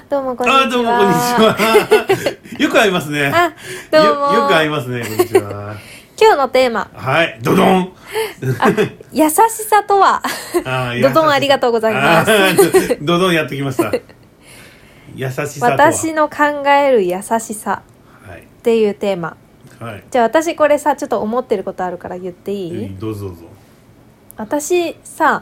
どうもこんにちは。 どうもこんにちは。よく会いますね。 どうもよく会いますね。こんにちは。 今日のテーマ。 はい、ドドン。 優しさとは。ドドンありがとうございます。 ドドンやってきました。優しさとは。 私の考える優しさっていうテーマ。 はい。 じゃあ私これさちょっと思ってることあるから言っていい？ どうぞどうぞ。 私さ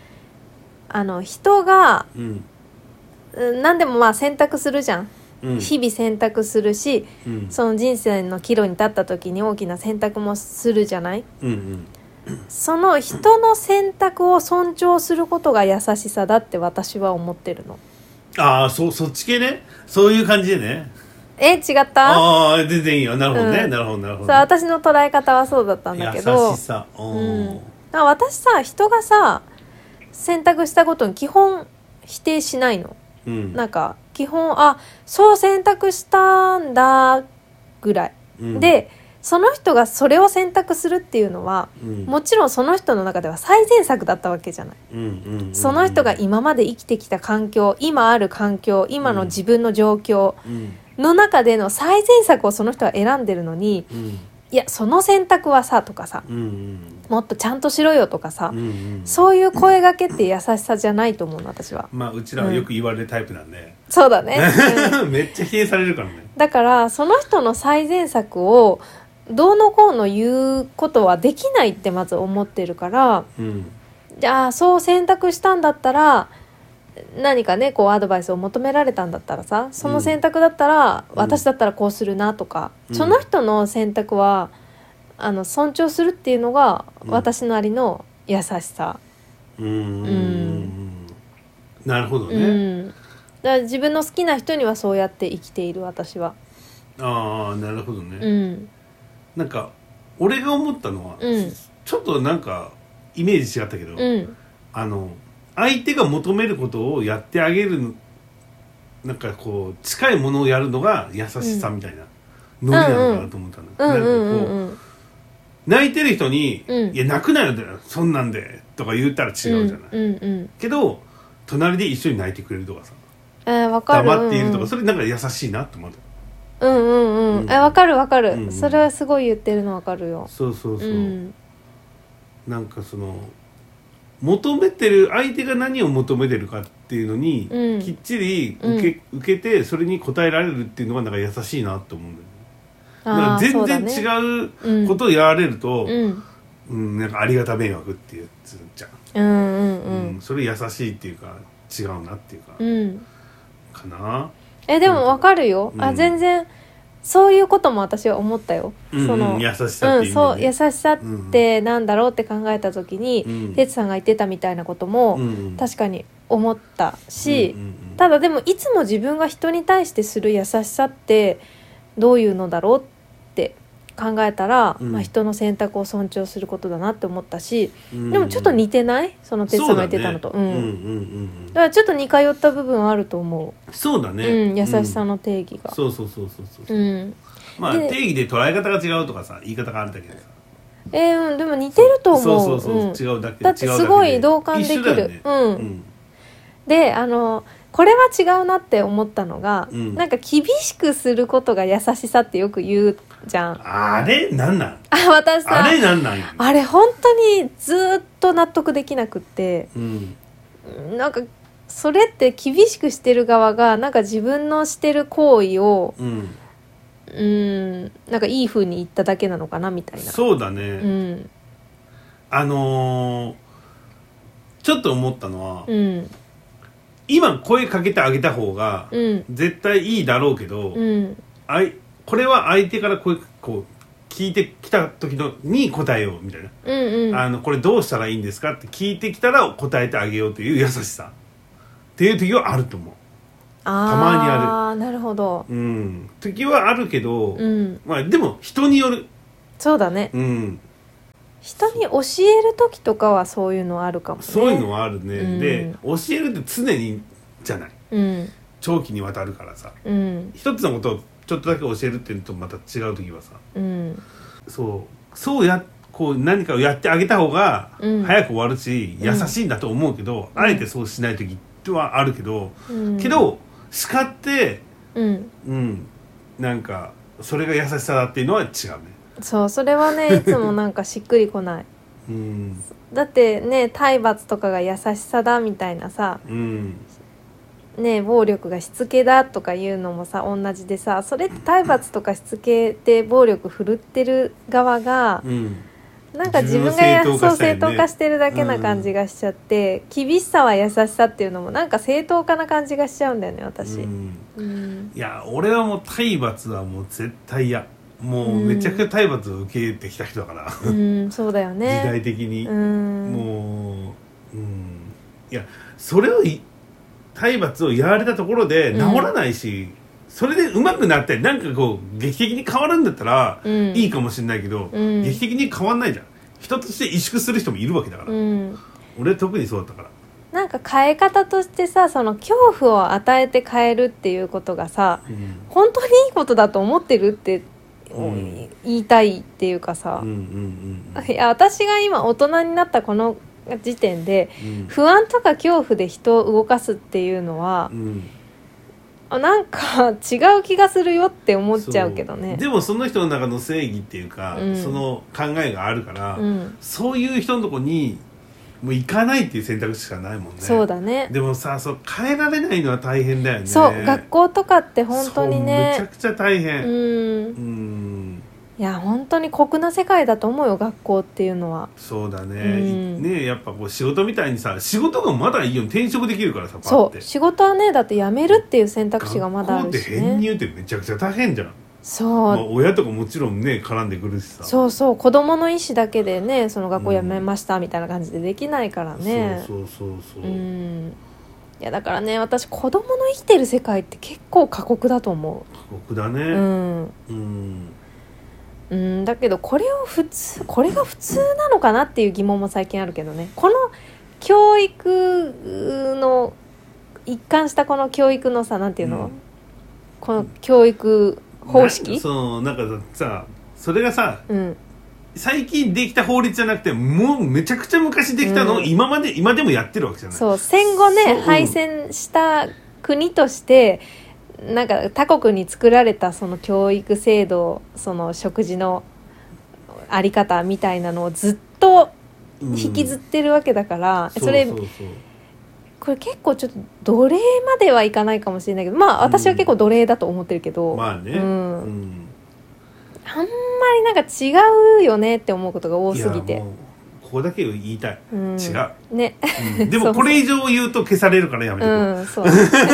人が、何でもまあ選択するじゃん。日々選択するし、その人生の岐路に立った時に大きな選択もするじゃない、その人の選択を尊重することが優しさだって私は思ってるの。 そっち系ね。そういう感じでね。 違った？ 全然いいよ。なるほどね。なるほどなるほど。 そう、私の捉え方はそうだったんだけど、 優しさ。 だから私さ、人がさ選択したことに基本否定しないの。なんか基本そう選択したんだぐらい、でその人がそれを選択するっていうのは、もちろんその人の中では最善策だったわけじゃない、その人が今まで生きてきた環境、今ある環境、今の自分の状況の中での最善策をその人は選んでるのに、いやその選択はさとかさ、もっとちゃんとしろよとかさ、そういう声掛けって優しさじゃないと思うの、私は。 うちらはよく言われるタイプなんで、 そうだね、 めっちゃ否定されるからね。 だからその人の最善策をどうのこうの言うことはできないってまず思ってるから、じゃあそう選択したんだったら何かねこうアドバイスを求められたんだったらさ、その選択だったら、私だったらこうするなとか、その人の選択は尊重するっていうのが私なりの優しさ。 なるほどね。 だから自分の好きな人にはそうやって生きている私は。 なるほどね。なんか俺が思ったのは、ちょっとなんかイメージ違ったけど、相手が求めることをやってあげる、なんかこう近いものをやるのが優しさみたいなノリなのかなと思ったの。なんかこう泣いてる人に、いや泣くなよそんなんでとか言ったら違うじゃない、けど隣で一緒に泣いてくれるとかさ、 わかる、 黙っているとか、それなんか優しいなって思った。 わかるわかる、それはすごい言ってるのわかるよ。 そう、なんかその求めてる相手が何を求めてるかっていうのに、きっちり受けてそれに応えられるっていうのがなんか優しいなって思うんだよね。だから全然違うことをやられると、なんかありがた迷惑っていうやつじゃん。それ優しいっていうか違うなっていうか、かな。 でも分かるよ、全然そういうことも私は思ったよ。その優しさっていう、 そう優しさってなんだろうって考えた時に、哲さんが言ってたみたいなことも確かに思ったし、ただでもいつも自分が人に対してする優しさってどういうのだろうって考えたら、人の選択を尊重することだなって思ったし、でもちょっと似てない？その哲さんが言ってたのと。だからちょっと似通った部分はあると思う。 そうだね、 優しさの定義が。 そう、定義で捉え方が違うとかさ、言い方があるだけでさ、 でも似てると思う。 違うだけだってすごい同感できる。でこれは違うなって思ったのが、なんか厳しくすることが優しさってよく言うじゃん。 あれなんなん？ 私さ、 あれなんなん？ あれ本当にずっと納得できなくって、なんかそれって厳しくしてる側がなんか自分のしてる行為を、なんかいい風に言っただけなのかなみたいな。 そうだね。ちょっと思ったのは、今声かけてあげた方が絶対いいだろうけど、これは相手からこう聞いてきた時に答えようみたいな、これどうしたらいいんですかって聞いてきたら答えてあげようという優しさっていう時はあると思う。たまにある。 なるほど。 時はあるけど、でも人による。 そうだね。人に教える時とかはそういうのあるかもね。 そういうのはあるね。で教えるって常にじゃない、長期にわたるからさ、一つのことをちょっとだけ教えるっていうのとまた違う時はさ、こう何かをやってあげた方が早く終わるし、優しいんだと思うけど、あえてそうしない時はあるけど、 叱ってうんなんかそれが優しさだっていうのは違うね。 そう、それはねいつもなんかしっくりこないだってね体罰とかが優しさだみたいなさ、ね、暴力がしつけだとかいうのもさ同じでさ、それって体罰とかしつけで暴力振るってる側が、なんか自分がそう正当化してるだけな感じがしちゃって、厳しさは優しさっていうのもなんか正当化な感じがしちゃうんだよね私。 いや俺はもう体罰はもう絶対嫌。もうめちゃくちゃ体罰を受けてきた人だからそうだよね時代的にもういやそれを体罰をやられたところで治らないし、それで上手くなってなんかこう劇的に変わるんだったらいいかもしれないけど、劇的に変わんないじゃん。人として萎縮する人もいるわけだから、俺は特にそうだったから。 なんか変え方としてさ、その恐怖を与えて変えるっていうことがさ、本当にいいことだと思ってるって言いたいっていうかさ、いや私が今大人になったこの時点で、不安とか恐怖で人を動かすっていうのは、なんか違う気がするよって思っちゃうけどね。 でもその人の中の正義っていうか、その考えがあるから、そういう人のとこにもう行かないっていう選択肢しかないもんね。 そうだね。 でもさ、そう変えられないのは大変だよね。 そう学校とかって本当にね、 めちゃくちゃ大変。 いや本当に酷な世界だと思うよ学校っていうのは。 そうだね。ね、やっぱこう仕事みたいにさ、仕事がまだいいよ、転職できるからさ、 そう仕事はねだって辞めるっていう選択肢がまだあるしね。 学校って編入ってめちゃくちゃ大変じゃん。 そう、 まあ、親とかもちろんね絡んでくるしさ。 そうそう子供の意思だけでねその学校辞めましたみたいな感じでできないからね。 そういやだからね私子供の生きてる世界って結構過酷だと思う。 過酷だね。 だけどこれが普通なのかなっていう疑問も最近あるけどね。この教育の一貫したこの教育のさなんていうの、この教育方式、 なんかさそれがさ、最近できた法律じゃなくてもうめちゃくちゃ昔できたのを今でもやってるわけじゃない。 そう戦後ね敗戦した国としてなんか他国に作られたその教育制度、その食事のあり方みたいなのをずっと引きずってるわけだから、それこれ結構ちょっと奴隷まではいかないかもしれないけど、まあ私は結構奴隷だと思ってるけど、 まあね、 あんまりなんか違うよねって思うことが多すぎて。 ここだけ言いたい、違うね、 でもこれ以上言うと消されるからやめてそう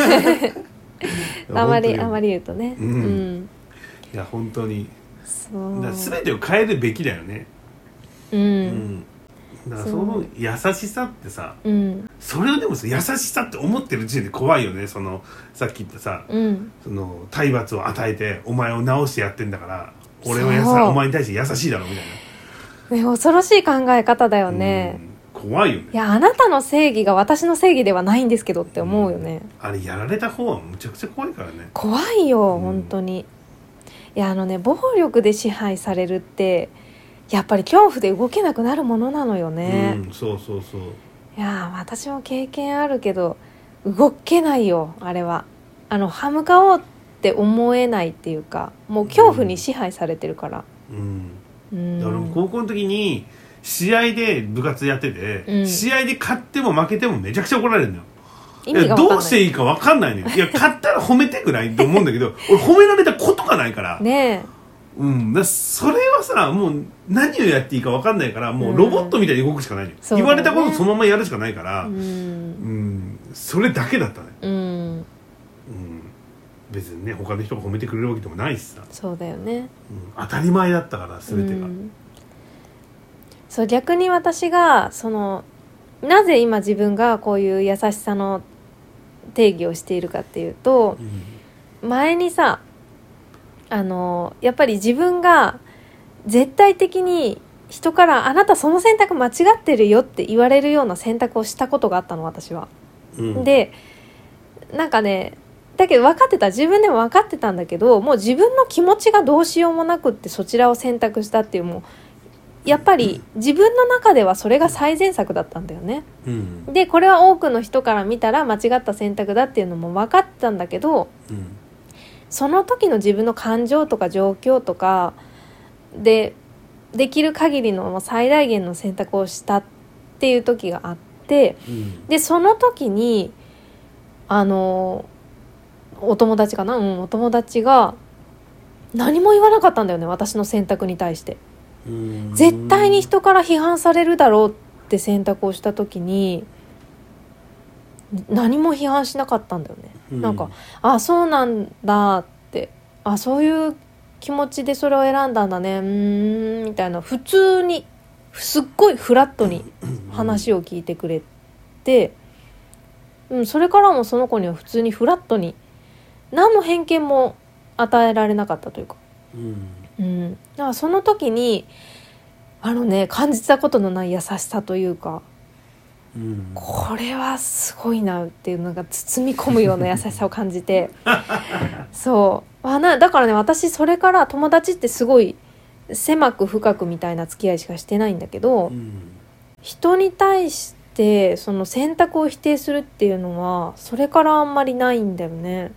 あまり言うとね、 いや本当にそう全てを変えるべきだよね。だからその優しさってさ、それをでもさ優しさって思ってる時点で怖いよね。そのさっき言ったさ、その体罰を与えてお前を直してやってんだから俺はお前に対して優しいだろみたいな、 ね、恐ろしい考え方だよね。 怖いよね。 いやあなたの正義が私の正義ではないんですけどって思うよね。 あれやられた方はむちゃくちゃ怖いからね。 怖いよ、本当に。いや暴力で支配されるってやっぱり恐怖で動けなくなるものなのよね。 そういや私も経験あるけど動けないよあれは。歯向かおうって思えないっていうか、もう恐怖に支配されてるから。だから高校の時に試合で部活やってて、試合で勝っても負けてもめちゃくちゃ怒られるのよ。意味が分かんない。どうしていいか分かんないのよ。いや勝ったら褒めてくないと思うんだけど俺褒められたことがないからねえ、それはさもう何をやっていいか分かんないからもうロボットみたいに動くしかないのよ、言われたことそのままやるしかないから、それだけだったね。別にね他の人が褒めてくれるわけでもないしさ。 そうだよね、 当たり前だったから全てが、 そう逆に私がなぜ今自分がこういう優しさの定義をしているかっていうと、前にさやっぱり自分が絶対的に人からあなたその選択間違ってるよって言われるような選択をしたことがあったの私は、でなんかねだけど自分でも分かってたんだけどもう自分の気持ちがどうしようもなくってそちらを選択したっていうもうやっぱり自分の中ではそれが最善策だったんだよね、 うん、 でこれは多くの人から見たら間違った選択だっていうのも分かったんだけど、 うん、 その時の自分の感情とか状況とかでできる限りの最大限の選択をしたっていう時があって、 うん、 でその時にお友達かな、お友達が何も言わなかったんだよね、私の選択に対して。絶対に人から批判されるだろうって選択をした時に何も批判しなかったんだよね、なんかあそうなんだって、あそういう気持ちでそれを選んだんだねみたいな、普通にすっごいフラットに話を聞いてくれて、それからもその子には普通にフラットに何の偏見も与えられなかったというか、だからその時に感じたことのない優しさというか、これはすごいなっていうのが包み込むような優しさを感じてそうだからね、私それから友達ってすごい狭く深くみたいな付き合いしかしてないんだけど、人に対してその選択を否定するっていうのはそれからあんまりないんだよね。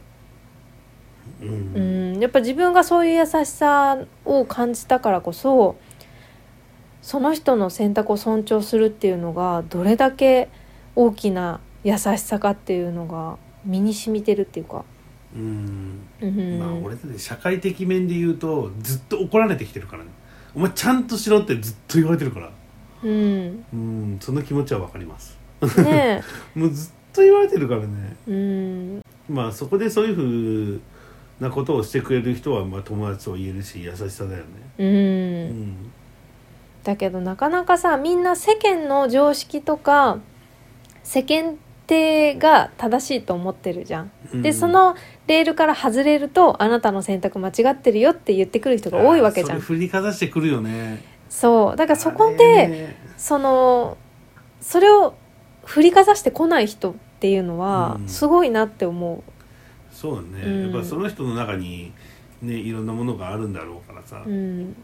やっぱ自分がそういう優しさを感じたからこそ、その人の選択を尊重するっていうのがどれだけ大きな優しさかっていうのが身に染みてるっていうか、 まあ俺だって社会的面で言うとずっと怒られてきてるからね、お前ちゃんとしろってずっと言われてるから、その気持ちはわかりますねもうずっと言われてるからね。まあそこでそういう風なことをしてくれる人はまあ友達と言えるし優しさだよね。 だけどなかなかさ、みんな世間の常識とか世間体が正しいと思ってるじゃん、でそのレールから外れるとあなたの選択間違ってるよって言ってくる人が多いわけじゃん。 それ振りかざしてくるよね。 そうだからそこでそれを振りかざしてこない人っていうのはすごいなって思う。 そうだね、やっぱその人の中にねいろんなものがあるんだろうからさ、だ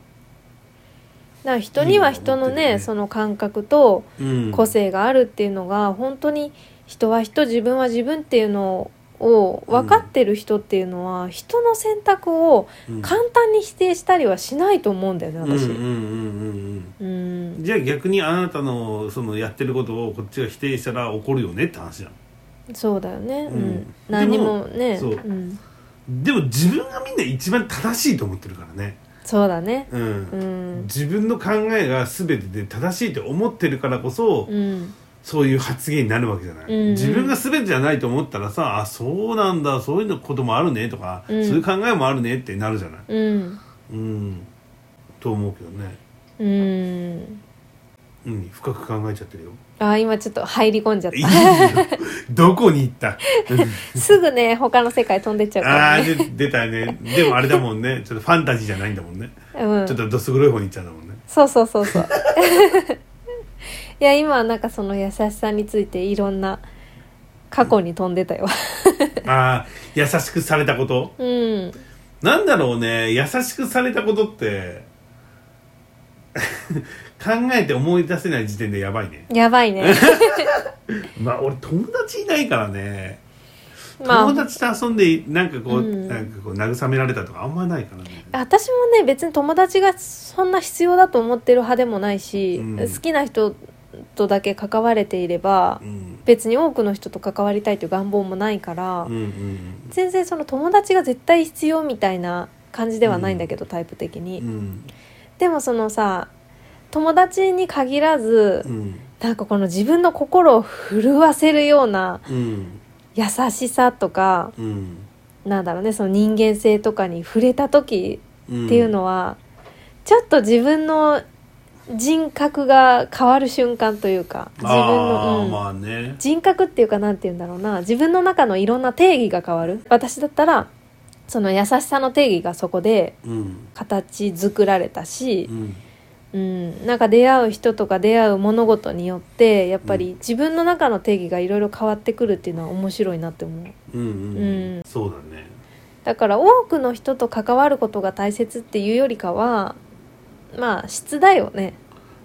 から人には人のねその感覚と個性があるっていうのが、本当に人は人自分は自分っていうのを分かってる人っていうのは、人の選択を簡単に否定したりはしないと思うんだよね、私。 じゃあ逆にあなたのそのやってることをこっちが否定したら怒るよねって話じゃん。 そうだよね、何もね。そう、 でも自分がみんな一番正しいと思ってるからね。 そうだね、 自分の考えが全てで正しいと思ってるからこそ、そういう発言になるわけじゃない、自分が全てじゃないと思ったらさ、あそうなんだ、そういうこともあるねとか、そういう考えもあるねってなるじゃない、と思うけどね。深く考えちゃってるよ。 今ちょっと入り込んじゃった。いいどこに行ったすぐね他の世界飛んでっちゃうからね。 出たね。でもあれだもんね、ちょっとファンタジーじゃないんだもんね、ちょっとどす黒い方に行っちゃうんだもんね。 そういや今はなんかその優しさについていろんな過去に飛んでたよ優しくされたこと、なんだろうね、優しくされたことって考えて思い出せない時点でやばいね。 やばいねまあ俺友達いないからね、友達と遊んでなんかこう慰められたとかあんまないからね。 私もね別に友達がそんな必要だと思ってる派でもないし、好きな人とだけ関われていれば、別に多くの人と関わりたいという願望もないから、全然その友達が絶対必要みたいな感じではないんだけど、タイプ的に、でもそのさ友達に限らず、なんかこの自分の心を震わせるような優しさとか、なんだろうね、その人間性とかに触れた時っていうのは、ちょっと自分の人格が変わる瞬間というか、自分の、人格っていうかなんて言うんだろうな、自分の中のいろんな定義が変わる。私だったらその優しさの定義がそこで形作られたし、なんか出会う人とか出会う物事によってやっぱり自分の中の定義がいろいろ変わってくるっていうのは面白いなって思う。 そうだね。 だから多くの人と関わることが大切っていうよりかは、まあ質だよね。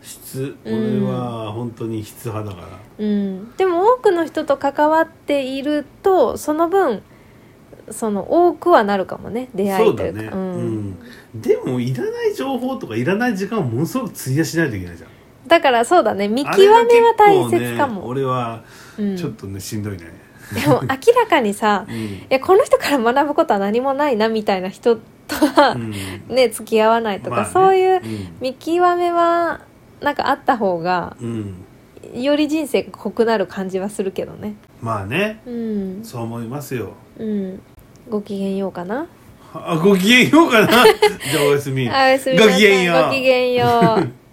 俺は本当に質派だから、 でも多くの人と関わっているとその分多くはなるかもね、出会いというか。そうだね、 でもいらない情報とかいらない時間をものすごく費やしないといけないじゃん。 だからそうだね、見極めは大切かも、 ね、俺はちょっとね、しんどいね。 でも明らかにさ、いやこの人から学ぶことは何もないなみたいな人とは、ね、付き合わないとか、そういう見極めはなんかあった方が、より人生が濃くなる感じはするけどね。 まあね、そう思いますよ。 ごきげんようかな。 ごきげんようかな。じゃあおやすみ。 おやすみなさい。ごきげんよう。